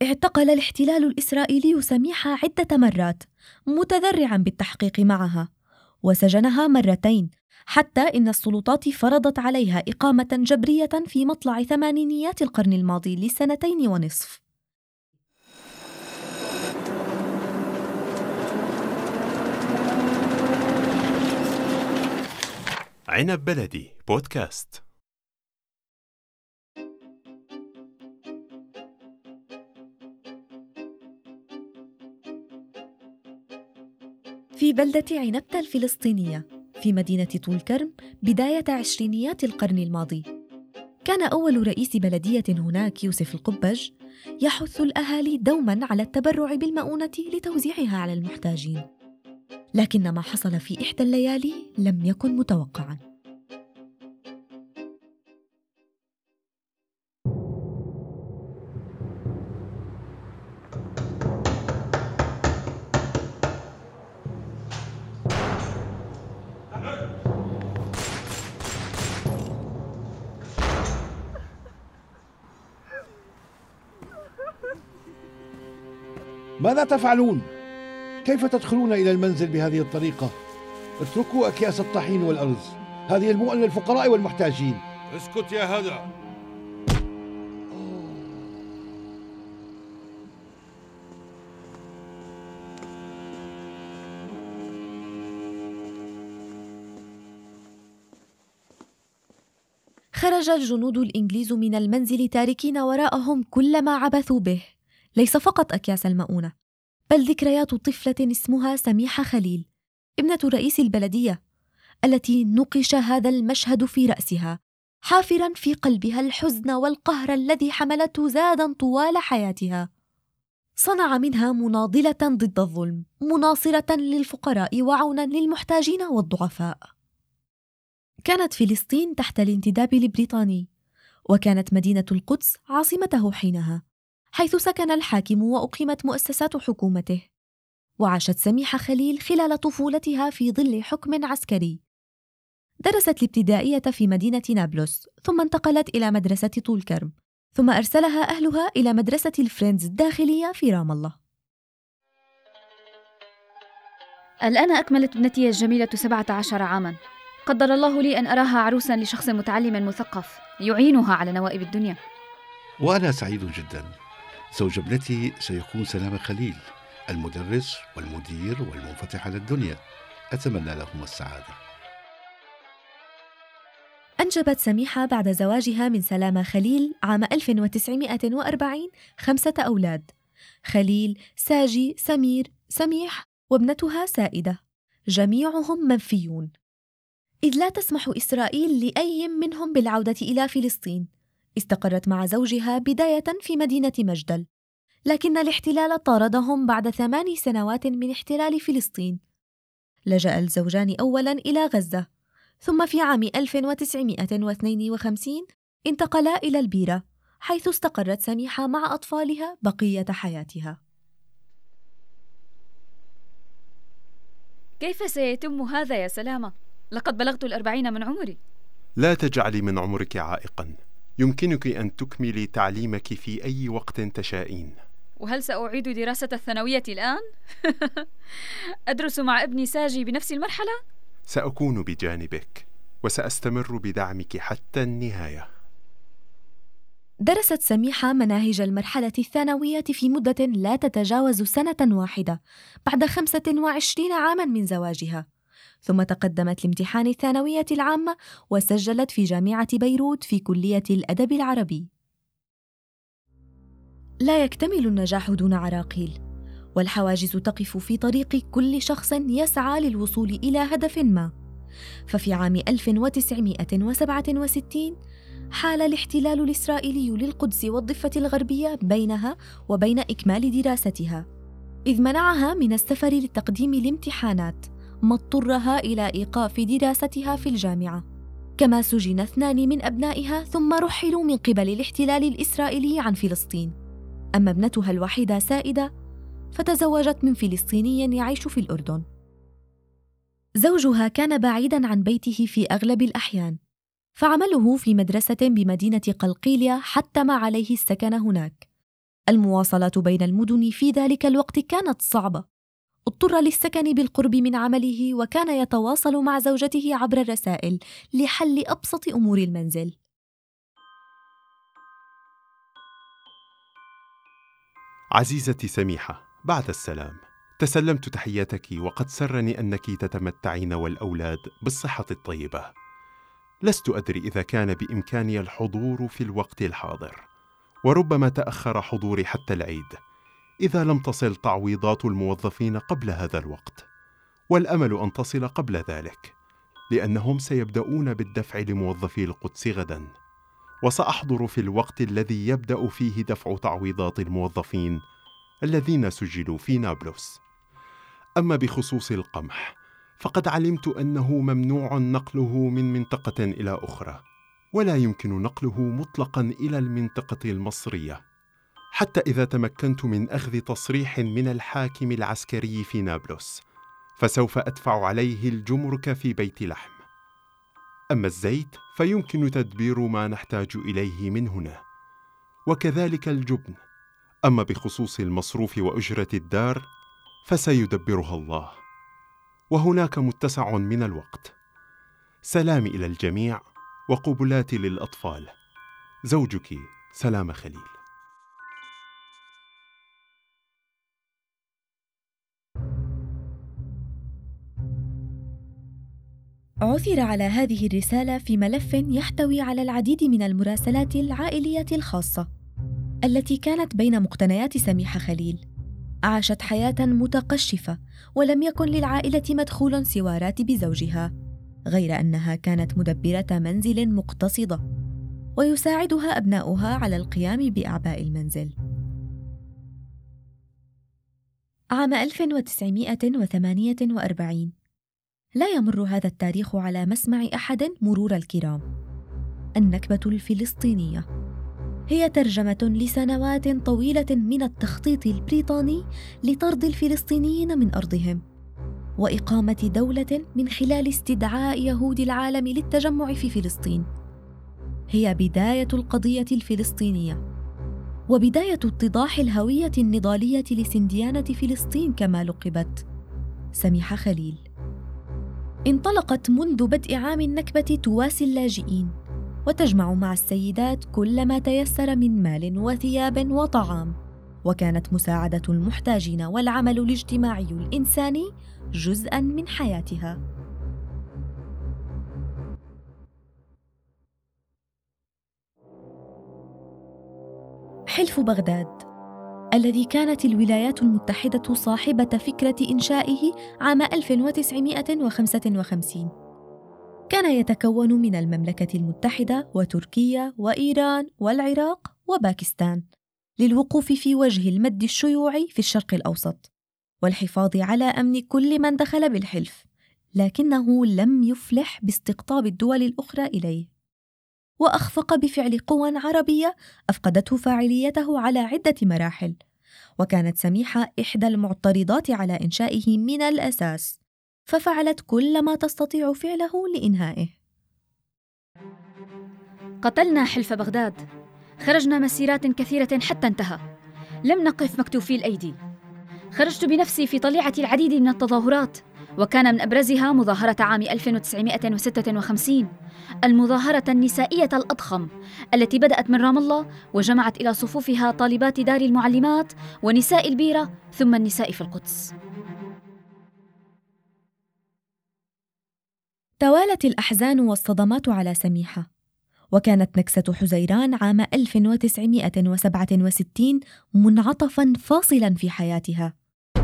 اعتقل الاحتلال الإسرائيلي سميحة عدة مرات متذرعاً بالتحقيق معها، وسجنها مرتين، حتى إن السلطات فرضت عليها إقامة جبرية في مطلع ثمانينيات القرن الماضي لسنتين ونصف. عنب بلدي بودكاست. في بلدة عنبتة الفلسطينية في مدينة طول كرم بداية عشرينيات القرن الماضي، كان أول رئيس بلدية هناك يوسف القبج يحث الأهالي دوماً على التبرع بالمؤونة لتوزيعها على المحتاجين. لكن ما حصل في إحدى الليالي لم يكن متوقعاً. ماذا تفعلون؟ كيف تدخلون إلى المنزل بهذه الطريقة؟ اتركوا أكياس الطحين والأرز، هذه المؤن للفقراء والمحتاجين. اسكت يا هذا. خرج الجنود الإنجليز من المنزل تاركين وراءهم كل ما عبثوا به، ليس فقط أكياس المؤونة، بل ذكريات طفلة اسمها سميحة خليل، ابنة رئيس البلدية، التي نقش هذا المشهد في رأسها، حافراً في قلبها الحزن والقهر الذي حملته زاداً طوال حياتها. صنع منها مناضلة ضد الظلم، مناصرة للفقراء وعوناً للمحتاجين والضعفاء. كانت فلسطين تحت الانتداب البريطاني، وكانت مدينة القدس عاصمته حينها، حيث سكن الحاكم وأقيمت مؤسسات حكومته. وعاشت سميحة خليل خلال طفولتها في ظل حكم عسكري. درست الابتدائية في مدينة نابلس، ثم انتقلت إلى مدرسة طول كرم، ثم أرسلها أهلها إلى مدرسة الفريندز الداخلية في رام الله. الآن أكملت ابنتي الجميلة 17 عاماً. قدر الله لي أن أراها عروساً لشخص متعلم مثقف يعينها على نوائب الدنيا. وأنا سعيد جدا. زوج ابنتي سيكون سلام خليل، المدرس والمدير والمنفتح على الدنيا. أتمنى لهم السعادة. أنجبت سميحة بعد زواجها من سلامة خليل عام 1940 5 أولاد: خليل، ساجي، سمير، سميح، وابنتها سائدة، جميعهم منفيون، إذ لا تسمح إسرائيل لأي منهم بالعودة إلى فلسطين. استقرت مع زوجها بداية في مدينة مجدل، لكن الاحتلال طاردهم بعد 8 سنوات من احتلال فلسطين. لجأ الزوجان أولاً إلى غزة، ثم في عام 1952 انتقلا إلى البيرة، حيث استقرت سميحة مع أطفالها بقية حياتها. كيف سيتم هذا يا سلامة؟ لقد بلغت 40 من عمري. لا تجعلي من عمرك عائقاً، يمكنك أن تكملي تعليمك في أي وقت تشائين. وهل سأعيد دراسة الثانوية الآن؟ أدرس مع ابني ساجي بنفس المرحلة؟ سأكون بجانبك، وسأستمر بدعمك حتى النهاية. درست سميحة مناهج المرحلة الثانوية في مدة لا تتجاوز سنة واحدة بعد 25 عاماً من زواجها، ثم تقدمت لامتحان الثانوية العامة وسجلت في جامعة بيروت في كلية الأدب العربي. لا يكتمل النجاح دون عراقيل، والحواجز تقف في طريق كل شخص يسعى للوصول إلى هدف ما. ففي عام 1967 حال الاحتلال الإسرائيلي للقدس والضفة الغربية بينها وبين إكمال دراستها، إذ منعها من السفر لتقديم الامتحانات، ما اضطرها إلى إيقاف دراستها في الجامعة. كما سجن 2 من أبنائها ثم رحلوا من قبل الاحتلال الإسرائيلي عن فلسطين. أما ابنتها الوحيدة سائدة فتزوجت من فلسطيني يعيش في الأردن. زوجها كان بعيداً عن بيته في أغلب الأحيان، فعمله في مدرسة بمدينة قلقيلية حتم عليه السكن هناك. المواصلات بين المدن في ذلك الوقت كانت صعبة. اضطر للسكن بالقرب من عمله، وكان يتواصل مع زوجته عبر الرسائل لحل أبسط أمور المنزل. عزيزتي سميحة، بعد السلام. تسلمت تحياتك، وقد سرني أنك تتمتعين والأولاد بالصحة الطيبة. لست أدري إذا كان بإمكاني الحضور في الوقت الحاضر، وربما تأخر حضوري حتى العيد إذا لم تصل تعويضات الموظفين قبل هذا الوقت، والأمل أن تصل قبل ذلك، لأنهم سيبدأون بالدفع لموظفي القدس غدا، وسأحضر في الوقت الذي يبدأ فيه دفع تعويضات الموظفين الذين سجلوا في نابلس. أما بخصوص القمح، فقد علمت أنه ممنوع نقله من منطقة إلى أخرى، ولا يمكن نقله مطلقاً إلى المنطقة المصرية، حتى إذا تمكنت من أخذ تصريح من الحاكم العسكري في نابلس، فسوف أدفع عليه الجمرك في بيت لحم. أما الزيت فيمكن تدبير ما نحتاج إليه من هنا، وكذلك الجبن. أما بخصوص المصروف وأجرة الدار فسيدبرها الله، وهناك متسع من الوقت. سلامي إلى الجميع، وقبلاتي للأطفال. زوجك سلام خليل. عثر على هذه الرسالة في ملف يحتوي على العديد من المراسلات العائلية الخاصة التي كانت بين مقتنيات سميحة خليل. عاشت حياة متقشفة، ولم يكن للعائلة مدخول سوى راتب زوجها، غير أنها كانت مدبرة منزل مقتصدة، ويساعدها أبناؤها على القيام بأعباء المنزل. عام 1948 لا يمر هذا التاريخ على مسمع أحد مرور الكرام. النكبة الفلسطينية هي ترجمة لسنوات طويلة من التخطيط البريطاني لطرد الفلسطينيين من أرضهم، وإقامة دولة من خلال استدعاء يهود العالم للتجمع في فلسطين. هي بداية القضية الفلسطينية، وبداية اتضاح الهوية النضالية لسنديانة فلسطين كما لقبت سميحة خليل. انطلقت منذ بدء عام النكبة تواسي اللاجئين، وتجمع مع السيدات كل ما تيسر من مال وثياب وطعام، وكانت مساعدة المحتاجين والعمل الاجتماعي الإنساني جزءاً من حياتها. حلف بغداد، الذي كانت الولايات المتحدة صاحبة فكرة إنشائه عام 1955، كان يتكون من المملكة المتحدة وتركيا وإيران والعراق وباكستان، للوقوف في وجه المد الشيوعي في الشرق الأوسط والحفاظ على أمن كل من دخل بالحلف، لكنه لم يفلح باستقطاب الدول الأخرى إليه، وأخفق بفعل قوى عربية أفقدته فاعليته على عدة مراحل، وكانت سميحة إحدى المعترضات على إنشائه من الأساس، ففعلت كل ما تستطيع فعله لإنهائه. قتلنا حلف بغداد، خرجنا مسيرات كثيرة حتى انتهى، لم نقف مكتوفي الأيدي. خرجت بنفسي في طليعة العديد من التظاهرات، وكان من أبرزها مظاهرة عام 1956، المظاهرة النسائية الأضخم التي بدأت من رام الله وجمعت إلى صفوفها طالبات دار المعلمات ونساء البيرة ثم النساء في القدس. توالت الأحزان والصدمات على سميحة، وكانت نكسة حزيران عام 1967 منعطفاً فاصلاً في حياتها.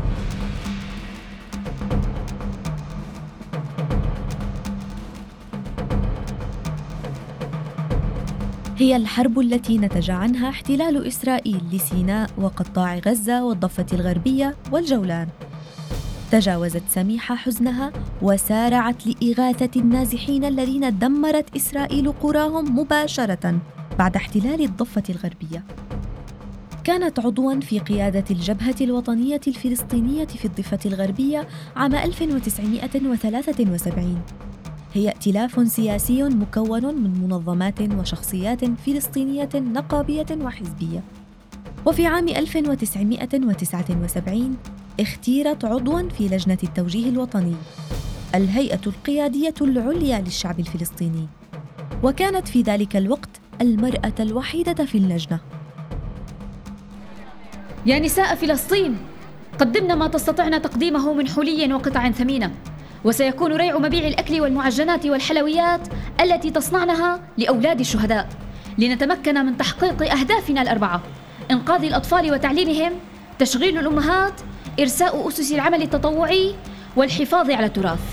هي الحرب التي نتج عنها احتلال إسرائيل لسيناء وقطاع غزة والضفة الغربية والجولان. تجاوزت سميحة حزنها وسارعت لإغاثة النازحين الذين دمرت إسرائيل قراهم مباشرة بعد احتلال الضفة الغربية. كانت عضواً في قيادة الجبهة الوطنية الفلسطينية في الضفة الغربية عام 1973. هي ائتلاف سياسي مكون من منظمات وشخصيات فلسطينية نقابية وحزبية. وفي عام 1979 اختيرت عضواً في لجنة التوجيه الوطني، الهيئة القيادية العليا للشعب الفلسطيني، وكانت في ذلك الوقت المرأة الوحيدة في اللجنة. يا نساء فلسطين، قدمنا ما تستطعن تقديمه من حلي وقطع ثمينة، وسيكون ريع مبيع الأكل والمعجنات والحلويات التي تصنعنها لأولاد الشهداء، لنتمكن من تحقيق أهدافنا الأربعة: إنقاذ الأطفال وتعليمهم، تشغيل الأمهات، إرساء أسس العمل التطوعي، والحفاظ على التراث.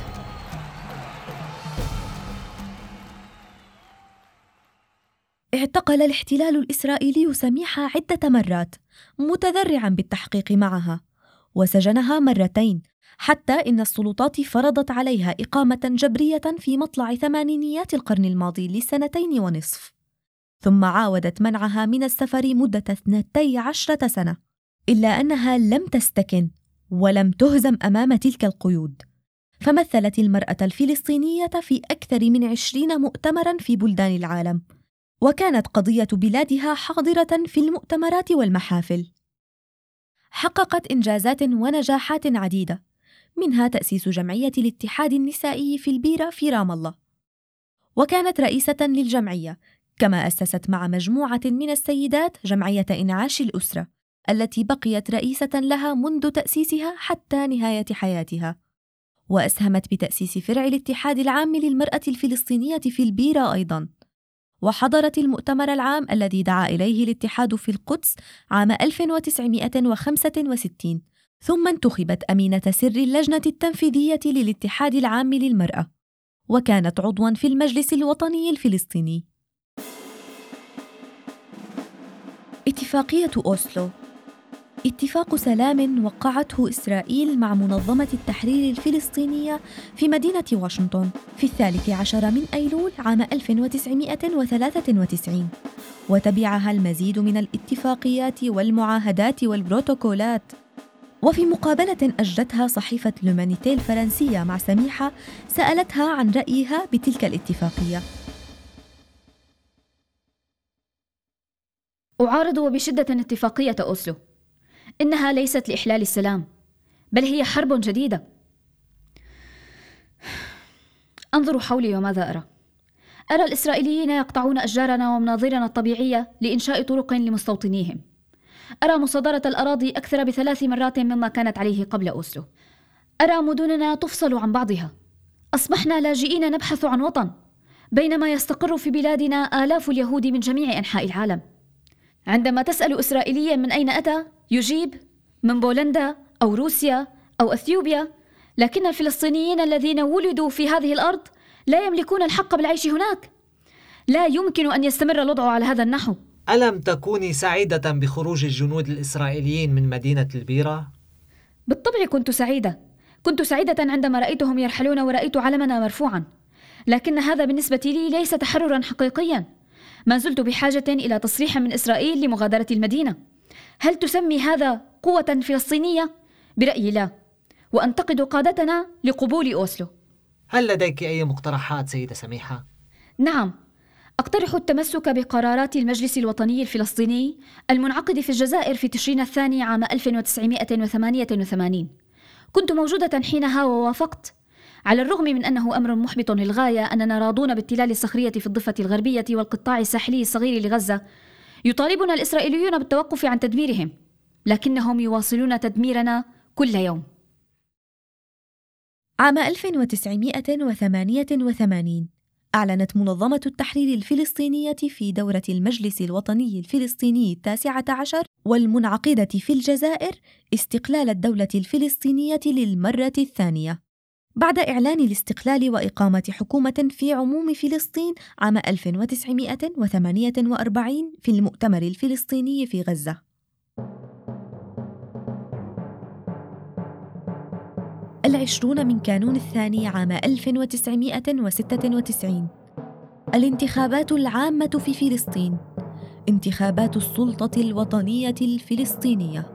اعتقل الاحتلال الإسرائيلي سميحة عدة مرات متذرعاً بالتحقيق معها، وسجنها مرتين، حتى إن السلطات فرضت عليها إقامة جبرية في مطلع ثمانينيات القرن الماضي لسنتين ونصف، ثم عاودت منعها من السفر مدة 12 سنة، إلا أنها لم تستكن ولم تهزم أمام تلك القيود، فمثلت المرأة الفلسطينية في أكثر من 20 مؤتمراً في بلدان العالم، وكانت قضية بلادها حاضرة في المؤتمرات والمحافل. حققت إنجازات ونجاحات عديدة، منها تأسيس جمعية الاتحاد النسائي في البيرة في رام الله، وكانت رئيسة للجمعية، كما أسست مع مجموعة من السيدات جمعية إنعاش الأسرة التي بقيت رئيسة لها منذ تأسيسها حتى نهاية حياتها، وأسهمت بتأسيس فرع الاتحاد العام للمرأة الفلسطينية في البيرة أيضاً، وحضرت المؤتمر العام الذي دعا إليه الاتحاد في القدس عام 1965، ثم انتخبت أمينة سر اللجنة التنفيذية للاتحاد العام للمرأة، وكانت عضواً في المجلس الوطني الفلسطيني. اتفاقية أوسلو، اتفاق سلام وقعته إسرائيل مع منظمة التحرير الفلسطينية في مدينة واشنطن في 13 من أيلول عام 1993، وتبعها المزيد من الاتفاقيات والمعاهدات والبروتوكولات. وفي مقابلة أجرتها صحيفة لومانيتي الفرنسية مع سميحة، سألتها عن رأيها بتلك الاتفاقية. أعارض وبشدة اتفاقية أوسلو، إنها ليست لإحلال السلام، بل هي حرب جديدة. أنظر حولي وماذا أرى؟ أرى الإسرائيليين يقطعون أشجارنا ومناظرنا الطبيعية لإنشاء طرق لمستوطنيهم. أرى مصادرة الأراضي أكثر ب3 مرات مما كانت عليه قبل أوسلو. أرى مدننا تفصل عن بعضها. أصبحنا لاجئين نبحث عن وطن، بينما يستقر في بلادنا آلاف اليهود من جميع أنحاء العالم. عندما تسأل إسرائيليا من أين أتى، يجيب من بولندا أو روسيا أو أثيوبيا، لكن الفلسطينيين الذين ولدوا في هذه الأرض لا يملكون الحق بالعيش هناك. لا يمكن أن يستمر الوضع على هذا النحو. ألم تكوني سعيدة بخروج الجنود الإسرائيليين من مدينة البيرة؟ بالطبع كنت سعيدة. كنت سعيدة عندما رأيتهم يرحلون ورأيت علمنا مرفوعا، لكن هذا بالنسبة لي ليس تحررا حقيقيا. ما زلت بحاجة إلى تصريح من إسرائيل لمغادرة المدينة. هل تسمي هذا قوة فلسطينية؟ برأيي لا، وأنتقد قادتنا لقبول أوسلو. هل لديك أي مقترحات سيدة سميحة؟ نعم، أقترح التمسك بقرارات المجلس الوطني الفلسطيني المنعقد في الجزائر في تشرين الثاني عام 1988. كنت موجودة حينها ووافقت. على الرغم من أنه أمر محبط للغاية أننا راضون بالتلال الصخرية في الضفة الغربية والقطاع الساحلي الصغير لغزة، يطالبنا الإسرائيليون بالتوقف عن تدميرهم، لكنهم يواصلون تدميرنا كل يوم. عام 1988 أعلنت منظمة التحرير الفلسطينية في دورة المجلس الوطني الفلسطيني 19 والمنعقدة في الجزائر استقلال الدولة الفلسطينية للمرة الثانية، بعد إعلان الاستقلال وإقامة حكومة في عموم فلسطين عام 1948 في المؤتمر الفلسطيني في غزة. العشرون من كانون الثاني عام 1996 الانتخابات العامة في فلسطين، انتخابات السلطة الوطنية الفلسطينية.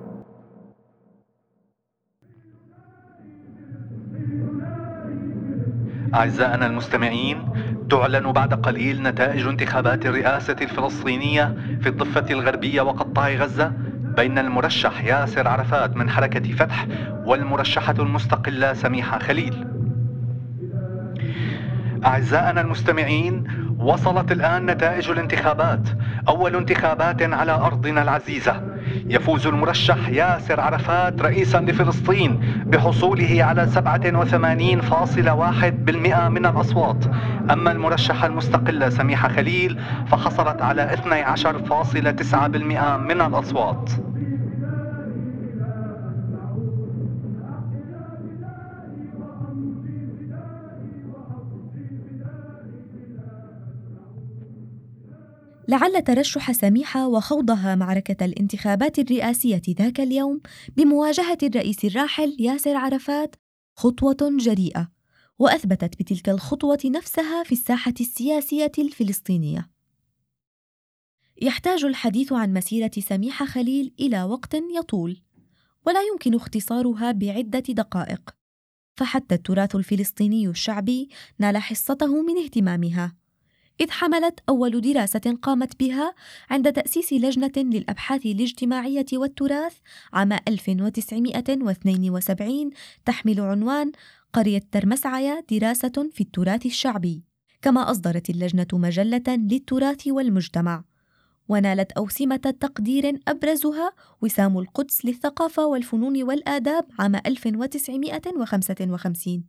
أعزائنا المستمعين، تعلن بعد قليل نتائج انتخابات الرئاسة الفلسطينية في الضفة الغربية وقطاع غزة بين المرشح ياسر عرفات من حركة فتح والمرشحة المستقلة سميحة خليل. أعزائنا المستمعين، وصلت الآن نتائج الانتخابات، أول انتخابات على أرضنا العزيزة. يفوز المرشح ياسر عرفات رئيسا لفلسطين بحصوله على 87.1% من الأصوات، أما المرشحة المستقلة سميحة خليل فحصلت على 12.9% من الأصوات. لعل ترشح سميحة وخوضها معركة الانتخابات الرئاسية ذاك اليوم بمواجهة الرئيس الراحل ياسر عرفات خطوة جريئة، وأثبتت بتلك الخطوة نفسها في الساحة السياسية الفلسطينية. يحتاج الحديث عن مسيرة سميحة خليل إلى وقت يطول، ولا يمكن اختصارها بعدة دقائق، فحتى التراث الفلسطيني الشعبي نال حصته من اهتمامها، إذ حملت أول دراسة قامت بها عند تأسيس لجنة للأبحاث الاجتماعية والتراث عام 1972 تحمل عنوان قرية ترمسعية دراسة في التراث الشعبي. كما أصدرت اللجنة مجلة للتراث والمجتمع، ونالت أوسمة تقدير أبرزها وسام القدس للثقافة والفنون والآداب عام 1955.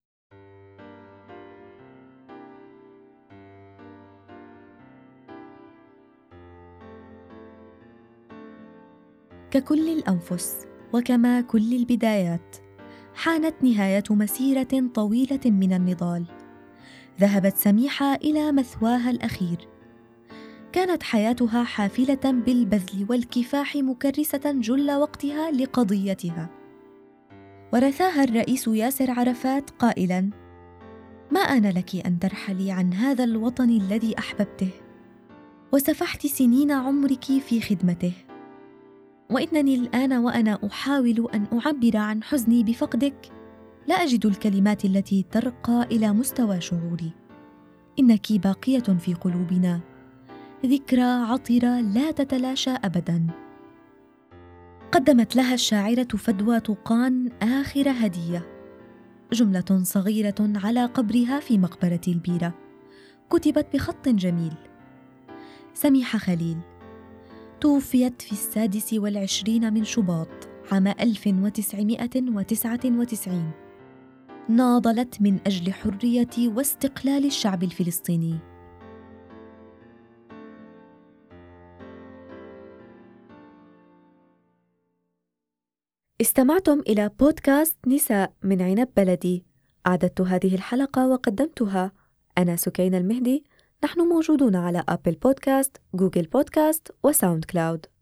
ككل الأنفس وكما كل البدايات، حانت نهاية مسيرة طويلة من النضال. ذهبت سميحة إلى مثواها الأخير. كانت حياتها حافلة بالبذل والكفاح، مكرسة جل وقتها لقضيتها. ورثاها الرئيس ياسر عرفات قائلاً: ما آن لك أن ترحلي عن هذا الوطن الذي أحببته، وسفحت سنين عمرك في خدمته، وإنني الآن وأنا أحاول أن أعبر عن حزني بفقدك لا أجد الكلمات التي ترقى إلى مستوى شعوري. إنك باقية في قلوبنا، ذكرى عطرة لا تتلاشى أبداً. قدمت لها الشاعرة فدوى طوقان آخر هدية، جملة صغيرة على قبرها في مقبرة البيرة، كتبت بخط جميل: سميحة خليل توفيت في 26 من شباط عام 1999. ناضلت من أجل حرية واستقلال الشعب الفلسطيني. استمعتم إلى بودكاست نساء من عنب بلدي. أعددت هذه الحلقة وقدمتها أنا سكينة المهدي. نحن موجودون على أبل بودكاست، جوجل بودكاست وساوند كلاود.